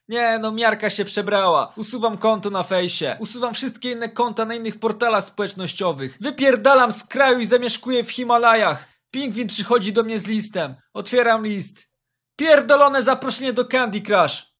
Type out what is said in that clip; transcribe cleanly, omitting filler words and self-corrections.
Nie, no miarka się przebrała. Usuwam konto na fejsie. Usuwam wszystkie inne konta na innych portalach społecznościowych. Wypierdalam z kraju i zamieszkuję w Himalajach. Pingwin przychodzi do mnie z listem. Otwieram list. Pierdolone zaproszenie do Candy Crush.